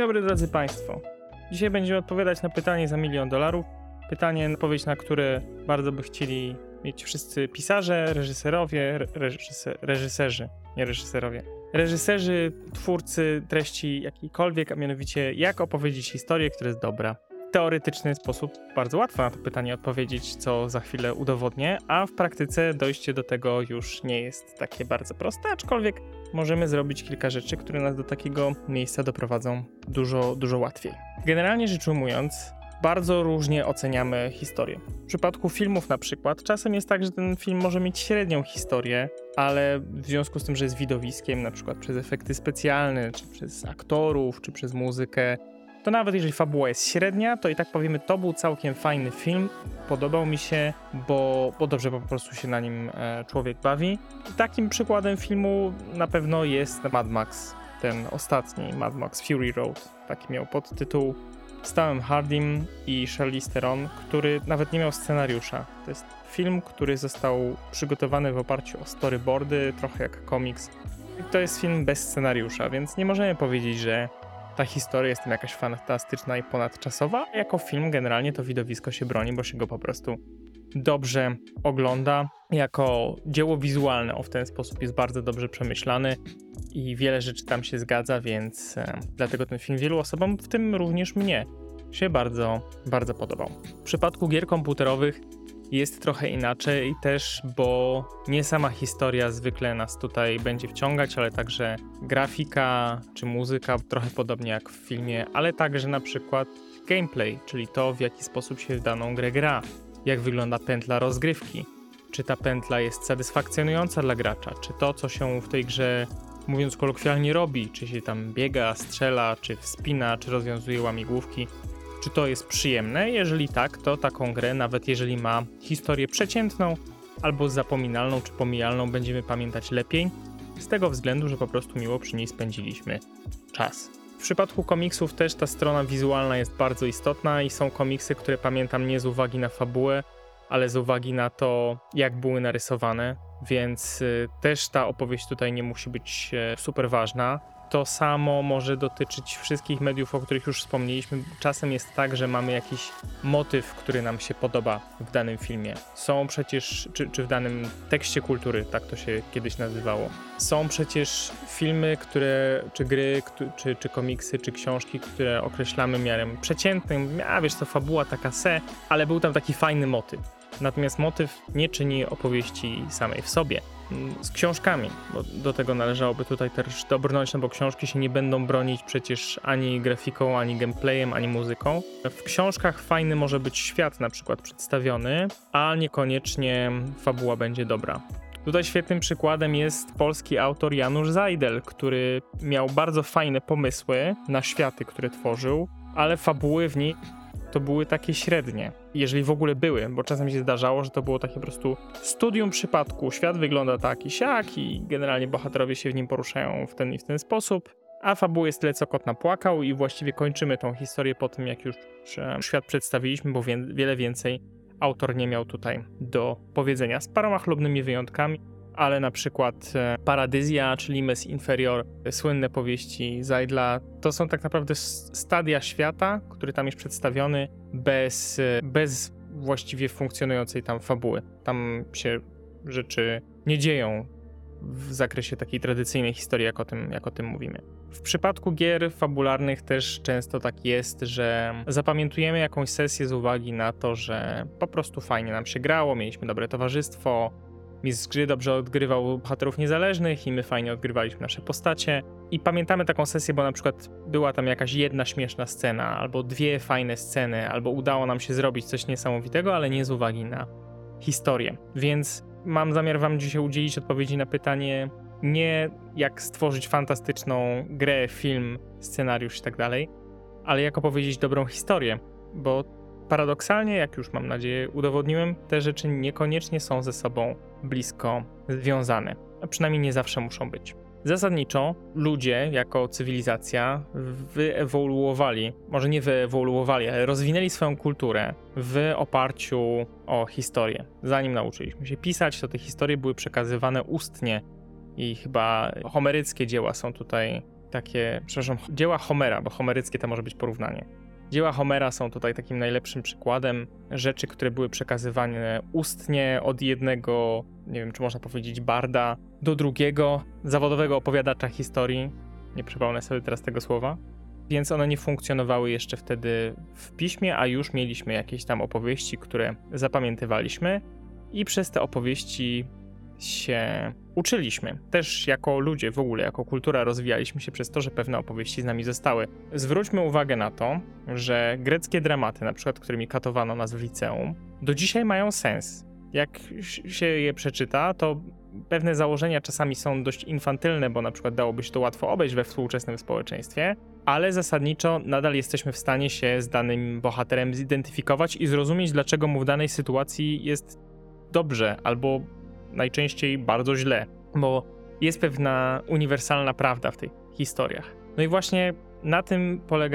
dobry, drodzy Państwo. Dzisiaj będziemy odpowiadać na pytanie za $1 000 000. Pytanie, odpowiedź na które bardzo by chcieli mieć wszyscy pisarze, reżyserzy, twórcy treści jakiejkolwiek, a mianowicie jak opowiedzieć historię, która jest dobra. W teoretyczny sposób bardzo łatwo na to pytanie odpowiedzieć, co za chwilę udowodnię, a w praktyce dojście do tego już nie jest takie bardzo proste, aczkolwiek możemy zrobić kilka rzeczy, które nas do takiego miejsca doprowadzą dużo łatwiej. Generalnie rzecz ujmując, bardzo różnie oceniamy historię. W przypadku filmów na przykład czasem jest tak, że ten film może mieć średnią historię, ale w związku z tym, że jest widowiskiem, na przykład przez efekty specjalne, czy przez aktorów, czy przez muzykę, to nawet jeżeli fabuła jest średnia, to i tak powiemy, to był całkiem fajny film, podobał mi się, bo dobrze po prostu się na nim człowiek bawi. I takim przykładem filmu na pewno jest Mad Max, ten ostatni Mad Max Fury Road, taki miał podtytuł, z Tomem Hardym i Charlize Theron, który nawet nie miał scenariusza. To jest film, który został przygotowany w oparciu o storyboardy, trochę jak komiks. I to jest film bez scenariusza, więc nie możemy powiedzieć, że ta historia jest tam jakaś fantastyczna i ponadczasowa. Jako film generalnie to widowisko się broni, bo się go po prostu dobrze ogląda. Jako dzieło wizualne w ten sposób jest bardzo dobrze przemyślany i wiele rzeczy tam się zgadza, więc dlatego ten film wielu osobom, w tym również mnie, się bardzo podobał. W przypadku gier komputerowych jest trochę inaczej też, bo nie sama historia zwykle nas tutaj będzie wciągać, ale także grafika czy muzyka, trochę podobnie jak w filmie, ale także na przykład gameplay, czyli to, w jaki sposób się w daną grę gra, jak wygląda pętla rozgrywki, czy ta pętla jest satysfakcjonująca dla gracza, czy to, co się w tej grze, mówiąc kolokwialnie, robi, czy się tam biega, strzela, czy wspina, czy rozwiązuje łamigłówki, czy to jest przyjemne. Jeżeli tak, to taką grę, nawet jeżeli ma historię przeciętną albo zapominalną czy pomijalną, będziemy pamiętać lepiej, z tego względu, że po prostu miło przy niej spędziliśmy czas. W przypadku komiksów też ta strona wizualna jest bardzo istotna i są komiksy, które pamiętam nie z uwagi na fabułę, ale z uwagi na to, jak były narysowane, więc też ta opowieść tutaj nie musi być super ważna. To samo może dotyczyć wszystkich mediów, o których już wspomnieliśmy. Czasem jest tak, że mamy jakiś motyw, który nam się podoba w danym filmie. Są przecież, czy w danym tekście kultury, tak to się kiedyś nazywało. Są przecież filmy, czy gry, czy komiksy, czy książki, które określamy miarem przeciętnym. Wiesz co, fabuła taka ale był tam taki fajny motyw. Natomiast motyw nie czyni opowieści samej w sobie. Z książkami, bo do tego należałoby tutaj też dobrnąć, no bo książki się nie będą bronić przecież ani grafiką, ani gameplayem, ani muzyką. W książkach fajny może być świat na przykład przedstawiony, a niekoniecznie fabuła będzie dobra. Tutaj świetnym przykładem jest polski autor Janusz Zajdel, który miał bardzo fajne pomysły na światy, które tworzył, ale fabuły w nich to były takie średnie, jeżeli w ogóle były, bo czasem się zdarzało, że to było takie po prostu studium przypadku, świat wygląda tak i siak i generalnie bohaterowie się w nim poruszają w ten i w ten sposób, a fabuły jest tyle, co kot napłakał i właściwie kończymy tą historię po tym, jak już świat przedstawiliśmy, bo wiele więcej autor nie miał tutaj do powiedzenia, z paroma chlubnymi wyjątkami, ale na przykład Paradyzja czy Limes Inferior, słynne powieści Zajdla, to są tak naprawdę stadia świata, który tam jest przedstawiony bez właściwie funkcjonującej tam fabuły. Tam się rzeczy nie dzieją w zakresie takiej tradycyjnej historii, jak o tym mówimy. W przypadku gier fabularnych też często tak jest, że zapamiętujemy jakąś sesję z uwagi na to, że po prostu fajnie nam się grało, mieliśmy dobre towarzystwo, mistrz gry dobrze odgrywał bohaterów niezależnych i my fajnie odgrywaliśmy nasze postacie. I pamiętamy taką sesję, bo na przykład była tam jakaś jedna śmieszna scena, albo dwie fajne sceny, albo udało nam się zrobić coś niesamowitego, ale nie z uwagi na historię. Więc mam zamiar wam dzisiaj udzielić odpowiedzi na pytanie nie jak stworzyć fantastyczną grę, film, scenariusz i tak dalej, ale jak opowiedzieć dobrą historię, bo paradoksalnie, jak już mam nadzieję udowodniłem, te rzeczy niekoniecznie są ze sobą blisko związane, a przynajmniej nie zawsze muszą być. Zasadniczo ludzie jako cywilizacja wyewoluowali, może nie wyewoluowali, ale rozwinęli swoją kulturę w oparciu o historię. Zanim nauczyliśmy się pisać, to te historie były przekazywane ustnie i chyba homeryckie dzieła są tutaj dzieła Homera, bo homeryckie to może być porównanie. Dzieła Homera są tutaj takim najlepszym przykładem rzeczy, które były przekazywane ustnie od jednego, nie wiem, czy można powiedzieć barda, do drugiego, zawodowego opowiadacza historii. Nie przypomnę sobie teraz tego słowa. Więc one nie funkcjonowały jeszcze wtedy w piśmie, a już mieliśmy jakieś tam opowieści, które zapamiętywaliśmy i przez te opowieści się uczyliśmy. Też jako ludzie w ogóle, jako kultura rozwijaliśmy się przez to, że pewne opowieści z nami zostały. Zwróćmy uwagę na to, że greckie dramaty, na przykład, którymi katowano nas w liceum, do dzisiaj mają sens. Jak się je przeczyta, to pewne założenia czasami są dość infantylne, bo na przykład dałoby się to łatwo obejść we współczesnym społeczeństwie, ale zasadniczo nadal jesteśmy w stanie się z danym bohaterem zidentyfikować i zrozumieć, dlaczego mu w danej sytuacji jest dobrze albo najczęściej bardzo źle, bo jest pewna uniwersalna prawda w tych historiach. No i właśnie na tym polega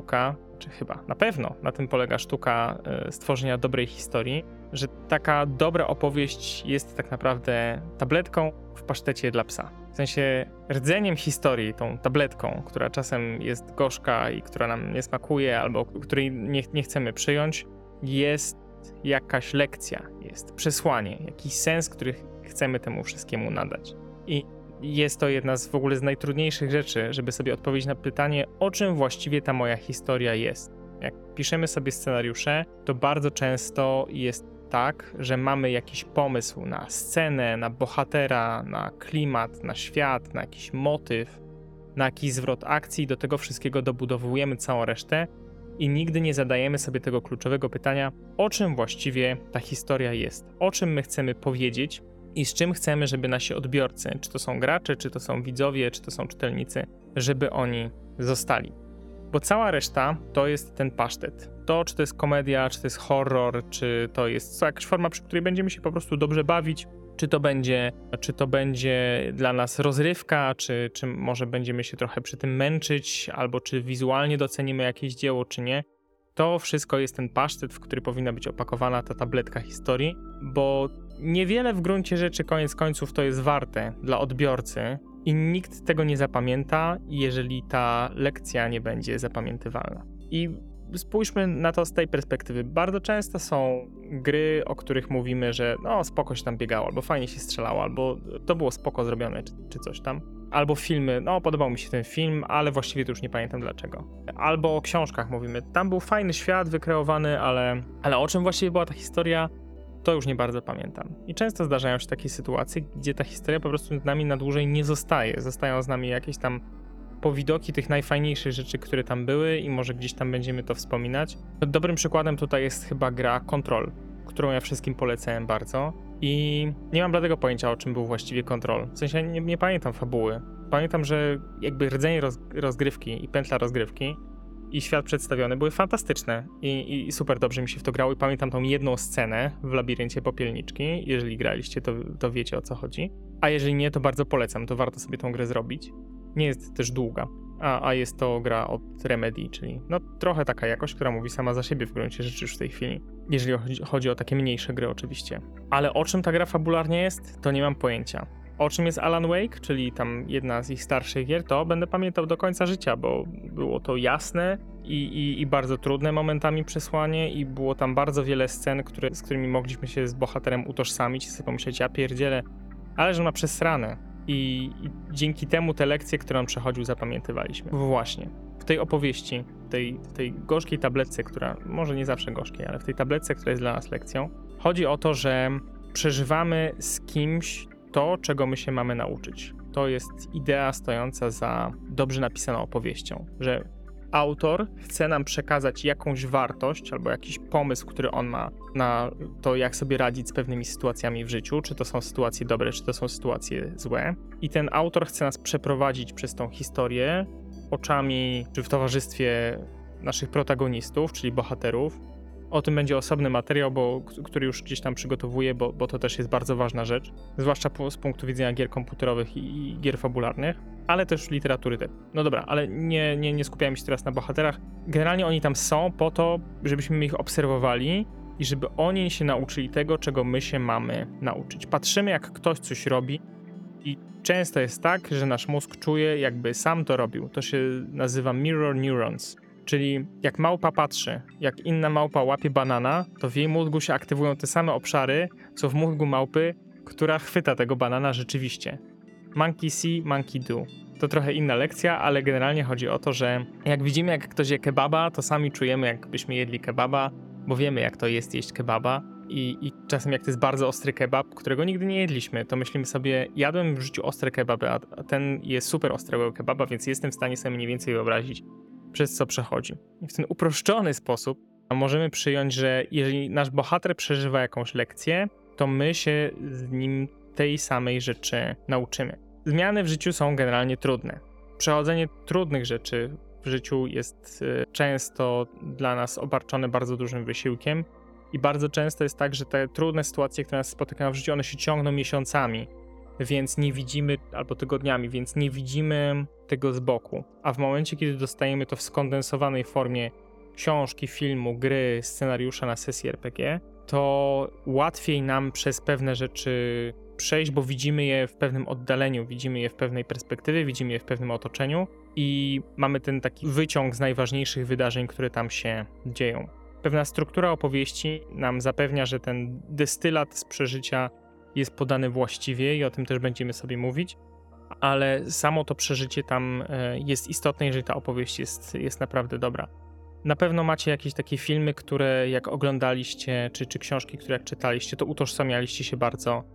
na pewno na tym polega sztuka stworzenia dobrej historii, że taka dobra opowieść jest tak naprawdę tabletką w pasztecie dla psa. W sensie rdzeniem historii, tą tabletką, która czasem jest gorzka i która nam nie smakuje, albo której nie chcemy przyjąć, jest jakaś lekcja, jest przesłanie, jakiś sens, który chcemy temu wszystkiemu nadać. I jest to jedna z w ogóle z najtrudniejszych rzeczy, żeby sobie odpowiedzieć na pytanie, o czym właściwie ta moja historia jest. Jak piszemy sobie scenariusze, to bardzo często jest tak, że mamy jakiś pomysł na scenę, na bohatera, na klimat, na świat, na jakiś motyw, na jakiś zwrot akcji i do tego wszystkiego dobudowujemy całą resztę i nigdy nie zadajemy sobie tego kluczowego pytania, o czym właściwie ta historia jest, o czym my chcemy powiedzieć i z czym chcemy, żeby nasi odbiorcy, czy to są gracze, czy to są widzowie, czy to są czytelnicy, żeby oni zostali. Bo cała reszta to jest ten pasztet. To, czy to jest komedia, czy to jest horror, czy to jest jakaś forma, przy której będziemy się po prostu dobrze bawić, czy to będzie dla nas rozrywka, czy może będziemy się trochę przy tym męczyć, albo czy wizualnie docenimy jakieś dzieło, czy nie. To wszystko jest ten pasztet, w który powinna być opakowana ta tabletka historii, bo niewiele w gruncie rzeczy koniec końców to jest warte dla odbiorcy i nikt tego nie zapamięta, jeżeli ta lekcja nie będzie zapamiętywalna. I spójrzmy na to z tej perspektywy. Bardzo często są gry, o których mówimy, że no spoko się tam biegało, albo fajnie się strzelało, albo to było spoko zrobione, czy coś tam. Albo filmy, no podobał mi się ten film, ale właściwie to już nie pamiętam dlaczego. Albo o książkach mówimy, tam był fajny świat wykreowany, ale o czym właściwie była ta historia, to już nie bardzo pamiętam. I często zdarzają się takie sytuacje, gdzie ta historia po prostu z nami na dłużej nie zostaje. Zostają z nami jakieś tam powidoki tych najfajniejszych rzeczy, które tam były i może gdzieś tam będziemy to wspominać. Dobrym przykładem tutaj jest chyba gra Control, którą ja wszystkim polecałem bardzo i nie mam bladego pojęcia, o czym był właściwie Control. W sensie nie pamiętam fabuły. Pamiętam, że jakby rdzenie rozgrywki i pętla rozgrywki i świat przedstawiony były fantastyczne i super dobrze mi się w to grało i pamiętam tą jedną scenę w labiryncie popielniczki. Jeżeli graliście, to wiecie, o co chodzi. A jeżeli nie, to bardzo polecam, to warto sobie tą grę zrobić. Nie jest też długa, a jest to gra od Remedy, czyli no trochę taka jakość, która mówi sama za siebie w gruncie rzeczy już w tej chwili. Jeżeli chodzi o takie mniejsze gry oczywiście. Ale o czym ta gra fabularnie jest, to nie mam pojęcia. O czym jest Alan Wake, czyli tam jedna z ich starszych gier, to będę pamiętał do końca życia, bo było to jasne i bardzo trudne momentami przesłanie i było tam bardzo wiele scen, z którymi mogliśmy się z bohaterem utożsamić i sobie pomyśleć, ja pierdzielę, ale że ma przesrane. I dzięki temu te lekcje, które on przechodził, zapamiętywaliśmy. Właśnie, w tej opowieści, w tej gorzkiej tabletce, która, może nie zawsze gorzkiej, ale w tej tabletce, która jest dla nas lekcją, chodzi o to, że przeżywamy z kimś to, czego my się mamy nauczyć. To jest idea stojąca za dobrze napisaną opowieścią, że autor chce nam przekazać jakąś wartość albo jakiś pomysł, który on ma na to, jak sobie radzić z pewnymi sytuacjami w życiu, czy to są sytuacje dobre, czy to są sytuacje złe. I ten autor chce nas przeprowadzić przez tą historię oczami, czy w towarzystwie naszych protagonistów, czyli bohaterów. O tym będzie osobny materiał, który już gdzieś tam przygotowuję, bo to też jest bardzo ważna rzecz, zwłaszcza z punktu widzenia gier komputerowych i gier fabularnych, ale też literatury. No dobra, ale nie skupiajmy się teraz na bohaterach. Generalnie oni tam są po to, żebyśmy ich obserwowali i żeby oni się nauczyli tego, czego my się mamy nauczyć. Patrzymy, jak ktoś coś robi I często jest tak, że nasz mózg czuje, jakby sam to robił. To się nazywa mirror neurons. Czyli jak małpa patrzy, jak inna małpa łapie banana, to w jej mózgu się aktywują te same obszary, co w mózgu małpy, która chwyta tego banana rzeczywiście. Monkey see, monkey do. To trochę inna lekcja, ale generalnie chodzi o to, że jak widzimy, jak ktoś je kebaba, to sami czujemy, jakbyśmy jedli kebaba, bo wiemy, jak to jest jeść kebaba. I czasem jak to jest bardzo ostry kebab, którego nigdy nie jedliśmy, to myślimy sobie, jadłem w życiu ostre kebaby, a ten jest super ostrego kebaba, więc jestem w stanie sobie mniej więcej wyobrazić, przez co przechodzi. I w ten uproszczony sposób możemy przyjąć, że jeżeli nasz bohater przeżywa jakąś lekcję, to my się z nim tej samej rzeczy nauczymy. Zmiany w życiu są generalnie trudne. Przechodzenie trudnych rzeczy w życiu jest często dla nas obarczone bardzo dużym wysiłkiem i bardzo często jest tak, że te trudne sytuacje, które nas spotykają w życiu, one się ciągną miesiącami, więc nie widzimy, albo tygodniami, więc nie widzimy tego z boku. A w momencie, kiedy dostajemy to w skondensowanej formie książki, filmu, gry, scenariusza na sesji RPG, to łatwiej nam przez pewne rzeczy przejść, bo widzimy je w pewnym oddaleniu, widzimy je w pewnej perspektywie, widzimy je w pewnym otoczeniu i mamy ten taki wyciąg z najważniejszych wydarzeń, które tam się dzieją. Pewna struktura opowieści nam zapewnia, że ten destylat z przeżycia jest podany właściwie i o tym też będziemy sobie mówić, ale samo to przeżycie tam jest istotne, jeżeli ta opowieść jest naprawdę dobra. Na pewno macie jakieś takie filmy, które jak oglądaliście, czy książki, które jak czytaliście, to utożsamialiście się bardzo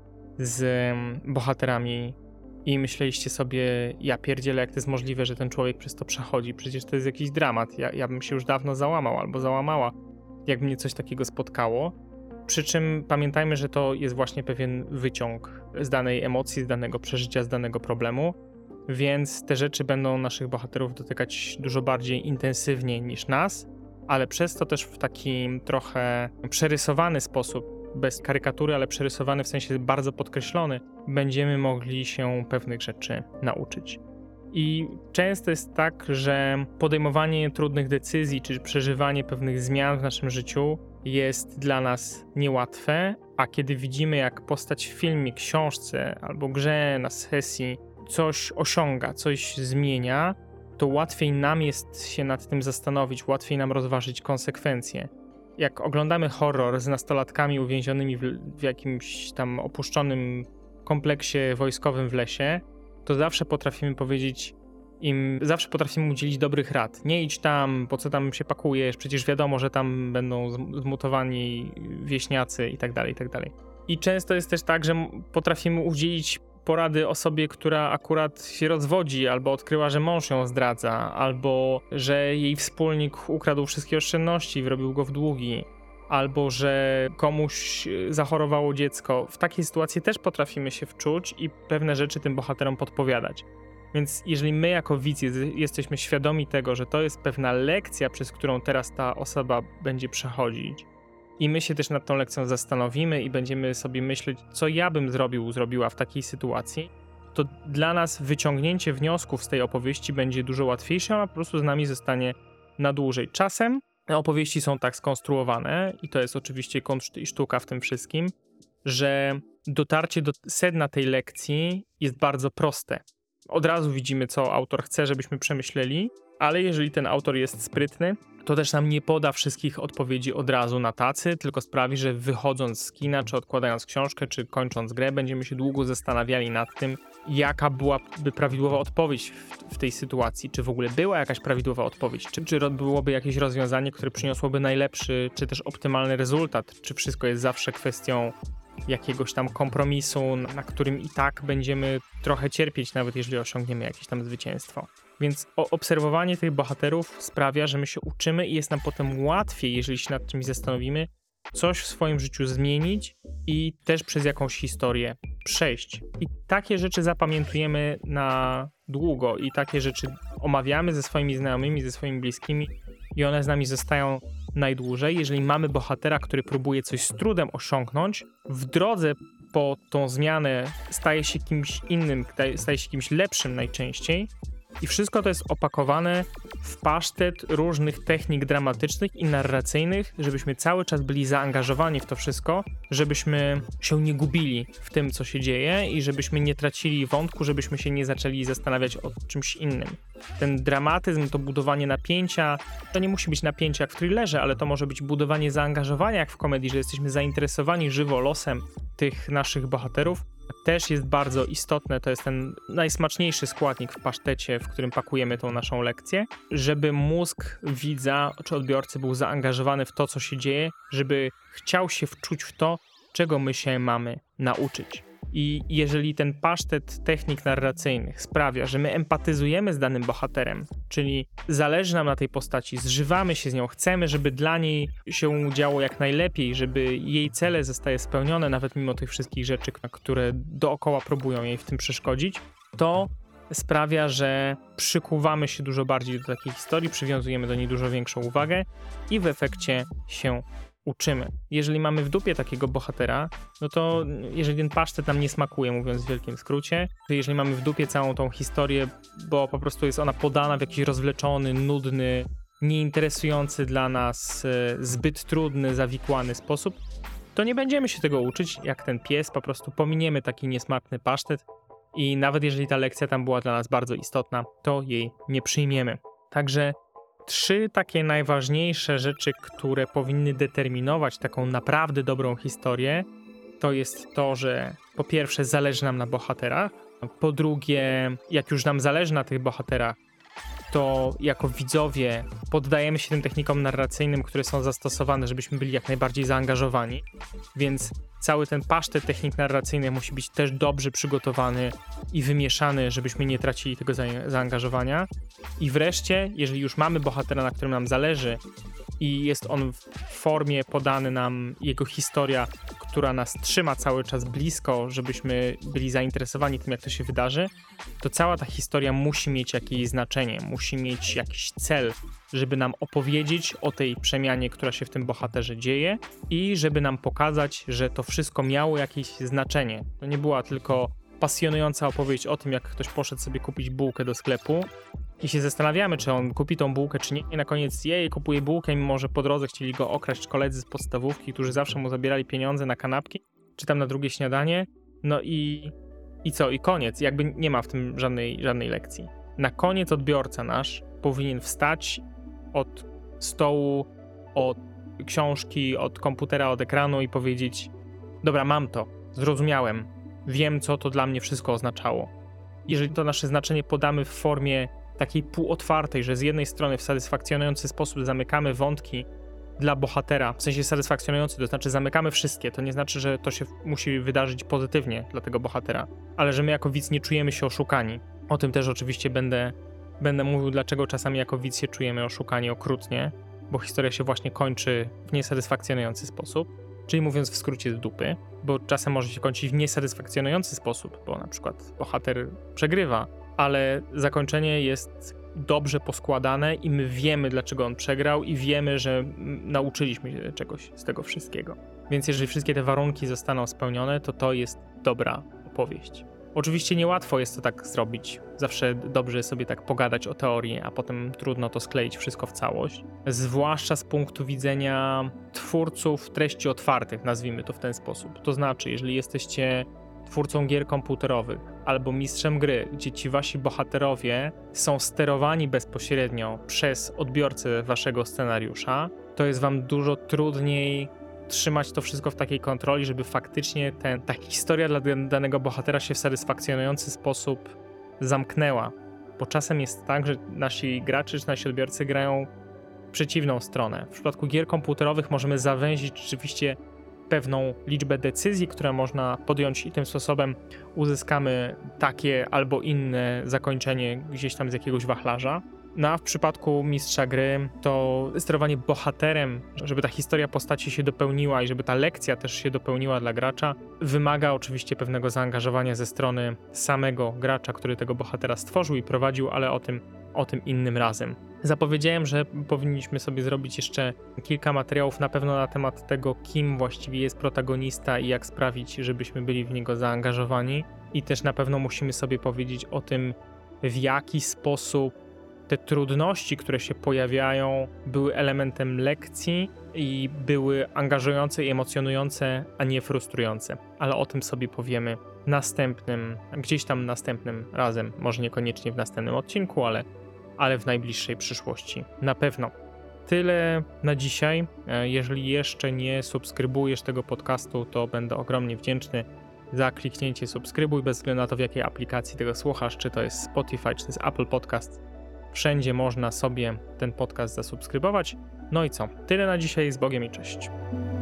z bohaterami i myśleliście sobie, ja pierdzielę, jak to jest możliwe, że ten człowiek przez to przechodzi, przecież to jest jakiś dramat, ja bym się już dawno załamał albo załamała, jak mnie coś takiego spotkało. Przy czym pamiętajmy, że to jest właśnie pewien wyciąg z danej emocji, z danego przeżycia, z danego problemu, więc te rzeczy będą naszych bohaterów dotykać dużo bardziej intensywnie niż nas, ale przez to też w taki trochę przerysowany sposób, bez karykatury, ale przerysowany w sensie bardzo podkreślony, będziemy mogli się pewnych rzeczy nauczyć. I często jest tak, że podejmowanie trudnych decyzji, czy przeżywanie pewnych zmian w naszym życiu jest dla nas niełatwe, a kiedy widzimy, jak postać w filmie, książce albo grze na sesji coś osiąga, coś zmienia, to łatwiej nam jest się nad tym zastanowić, łatwiej nam rozważyć konsekwencje. Jak oglądamy horror z nastolatkami uwięzionymi w jakimś tam opuszczonym kompleksie wojskowym w lesie, to zawsze potrafimy powiedzieć im, zawsze potrafimy udzielić dobrych rad. Nie idź tam, po co tam się pakujesz, przecież wiadomo, że tam będą zmutowani wieśniacy i tak dalej, i tak dalej. I często jest też tak, że potrafimy udzielić porady osobie, która akurat się rozwodzi, albo odkryła, że mąż ją zdradza, albo że jej wspólnik ukradł wszystkie oszczędności i wrobił go w długi, albo że komuś zachorowało dziecko. W takiej sytuacji też potrafimy się wczuć i pewne rzeczy tym bohaterom podpowiadać. Więc jeżeli my jako widz jesteśmy świadomi tego, że to jest pewna lekcja, przez którą teraz ta osoba będzie przechodzić i my się też nad tą lekcją zastanowimy i będziemy sobie myśleć, co ja bym zrobiła w takiej sytuacji, to dla nas wyciągnięcie wniosków z tej opowieści będzie dużo łatwiejsze, a po prostu z nami zostanie na dłużej. Czasem opowieści są tak skonstruowane i to jest oczywiście kunszt i sztuka w tym wszystkim, że dotarcie do sedna tej lekcji jest bardzo proste. Od razu widzimy, co autor chce, żebyśmy przemyśleli, ale jeżeli ten autor jest sprytny, to też nam nie poda wszystkich odpowiedzi od razu na tacy, tylko sprawi, że wychodząc z kina, czy odkładając książkę, czy kończąc grę, będziemy się długo zastanawiali nad tym, jaka byłaby prawidłowa odpowiedź w tej sytuacji, czy w ogóle była jakaś prawidłowa odpowiedź, czy byłoby jakieś rozwiązanie, które przyniosłoby najlepszy, czy też optymalny rezultat, czy wszystko jest zawsze kwestią jakiegoś tam kompromisu, na którym i tak będziemy trochę cierpieć, nawet jeżeli osiągniemy jakieś tam zwycięstwo. Więc obserwowanie tych bohaterów sprawia, że my się uczymy i jest nam potem łatwiej, jeżeli się nad czymś zastanowimy, coś w swoim życiu zmienić i też przez jakąś historię przejść. I takie rzeczy zapamiętujemy na długo i takie rzeczy omawiamy ze swoimi znajomymi, ze swoimi bliskimi i one z nami zostają najdłużej. Jeżeli mamy bohatera, który próbuje coś z trudem osiągnąć, w drodze po tą zmianę staje się kimś innym, staje się kimś lepszym najczęściej, I wszystko to jest opakowane w pasztet różnych technik dramatycznych i narracyjnych, żebyśmy cały czas byli zaangażowani w to wszystko, żebyśmy się nie gubili w tym, co się dzieje i żebyśmy nie tracili wątku, żebyśmy się nie zaczęli zastanawiać o czymś innym. Ten dramatyzm, to budowanie napięcia, to nie musi być napięcie jak w thrillerze, ale to może być budowanie zaangażowania jak w komedii, że jesteśmy zainteresowani żywo losem tych naszych bohaterów. Też jest bardzo istotne, to jest ten najsmaczniejszy składnik w pasztecie, w którym pakujemy tą naszą lekcję, żeby mózg widza czy odbiorcy był zaangażowany w to, co się dzieje, żeby chciał się wczuć w to, czego my się mamy nauczyć. I jeżeli ten pasztet technik narracyjnych sprawia, że my empatyzujemy z danym bohaterem, czyli zależy nam na tej postaci, zżywamy się z nią, chcemy, żeby dla niej się działo jak najlepiej, żeby jej cele zostały spełnione, nawet mimo tych wszystkich rzeczy, które dookoła próbują jej w tym przeszkodzić, to sprawia, że przykuwamy się dużo bardziej do takiej historii, przywiązujemy do niej dużo większą uwagę i w efekcie się uczymy. Jeżeli mamy w dupie takiego bohatera, no to jeżeli ten pasztet nam nie smakuje, mówiąc w wielkim skrócie, to jeżeli mamy w dupie całą tą historię, bo po prostu jest ona podana w jakiś rozwleczony, nudny, nieinteresujący dla nas, zbyt trudny, zawikłany sposób, to nie będziemy się tego uczyć, jak ten pies, po prostu pominiemy taki niesmaczny pasztet i nawet jeżeli ta lekcja tam była dla nas bardzo istotna, to jej nie przyjmiemy. Także 3 takie najważniejsze rzeczy, które powinny determinować taką naprawdę dobrą historię, to jest to, że po pierwsze zależy nam na bohaterach, po drugie, jak już nam zależy na tych bohaterach, to jako widzowie poddajemy się tym technikom narracyjnym, które są zastosowane, żebyśmy byli jak najbardziej zaangażowani, więc cały ten pasztet technik narracyjnych musi być też dobrze przygotowany i wymieszany, żebyśmy nie tracili tego zaangażowania. I wreszcie, jeżeli już mamy bohatera, na którym nam zależy i jest on w formie podany nam jego historia, która nas trzyma cały czas blisko, żebyśmy byli zainteresowani tym, jak to się wydarzy, to cała ta historia musi mieć jakieś znaczenie, musi mieć jakiś cel, żeby nam opowiedzieć o tej przemianie, która się w tym bohaterze dzieje i żeby nam pokazać, że to wszystko miało jakieś znaczenie. To nie była tylko pasjonująca opowieść o tym, jak ktoś poszedł sobie kupić bułkę do sklepu i się zastanawiamy, czy on kupi tą bułkę, czy nie. I na koniec kupuje bułkę, mimo że po drodze chcieli go okraść koledzy z podstawówki, którzy zawsze mu zabierali pieniądze na kanapki, czy tam na drugie śniadanie. No i co? I koniec. Jakby nie ma w tym żadnej lekcji. Na koniec odbiorca nasz powinien wstać od stołu, od książki, od komputera, od ekranu i powiedzieć: dobra, mam to, zrozumiałem, wiem, co to dla mnie wszystko oznaczało. Jeżeli to nasze znaczenie podamy w formie takiej półotwartej, że z jednej strony w satysfakcjonujący sposób zamykamy wątki dla bohatera, w sensie satysfakcjonujący, to znaczy zamykamy wszystkie, to nie znaczy, że to się musi wydarzyć pozytywnie dla tego bohatera, ale że my jako widz nie czujemy się oszukani. O tym też oczywiście będę mówił, dlaczego czasami jako widz się czujemy oszukani okrutnie, bo historia się właśnie kończy w niesatysfakcjonujący sposób, czyli mówiąc w skrócie z dupy, bo czasem może się kończyć w niesatysfakcjonujący sposób, bo na przykład bohater przegrywa, ale zakończenie jest dobrze poskładane i my wiemy, dlaczego on przegrał i wiemy, że nauczyliśmy się czegoś z tego wszystkiego. Więc jeżeli wszystkie te warunki zostaną spełnione, to jest dobra opowieść. Oczywiście niełatwo jest to tak zrobić. Zawsze dobrze sobie tak pogadać o teorii, a potem trudno to skleić wszystko w całość. Zwłaszcza z punktu widzenia twórców treści otwartych, nazwijmy to w ten sposób. To znaczy, jeżeli jesteście twórcą gier komputerowych albo mistrzem gry, gdzie ci wasi bohaterowie są sterowani bezpośrednio przez odbiorcę waszego scenariusza, to jest wam dużo trudniej trzymać to wszystko w takiej kontroli, żeby faktycznie ta historia dla danego bohatera się w satysfakcjonujący sposób zamknęła. Bo czasem jest tak, że nasi gracze czy nasi odbiorcy grają w przeciwną stronę. W przypadku gier komputerowych możemy zawęzić rzeczywiście pewną liczbę decyzji, które można podjąć i tym sposobem uzyskamy takie albo inne zakończenie gdzieś tam z jakiegoś wachlarza. No a w przypadku mistrza gry to sterowanie bohaterem, żeby ta historia postaci się dopełniła i żeby ta lekcja też się dopełniła dla gracza, wymaga oczywiście pewnego zaangażowania ze strony samego gracza, który tego bohatera stworzył i prowadził, ale o tym innym razem. Zapowiedziałem, że powinniśmy sobie zrobić jeszcze kilka materiałów na pewno na temat tego, kim właściwie jest protagonista i jak sprawić, żebyśmy byli w niego zaangażowani. I też na pewno musimy sobie powiedzieć o tym, w jaki sposób te trudności, które się pojawiają, były elementem lekcji i były angażujące i emocjonujące, a nie frustrujące. Ale o tym sobie powiemy gdzieś tam następnym razem. Może niekoniecznie w następnym odcinku, ale w najbliższej przyszłości. Na pewno. Tyle na dzisiaj. Jeżeli jeszcze nie subskrybujesz tego podcastu, to będę ogromnie wdzięczny za kliknięcie subskrybuj, bez względu na to, w jakiej aplikacji tego słuchasz, czy to jest Spotify, czy to jest Apple Podcast. Wszędzie można sobie ten podcast zasubskrybować. No i co? Tyle na dzisiaj. Z Bogiem i cześć.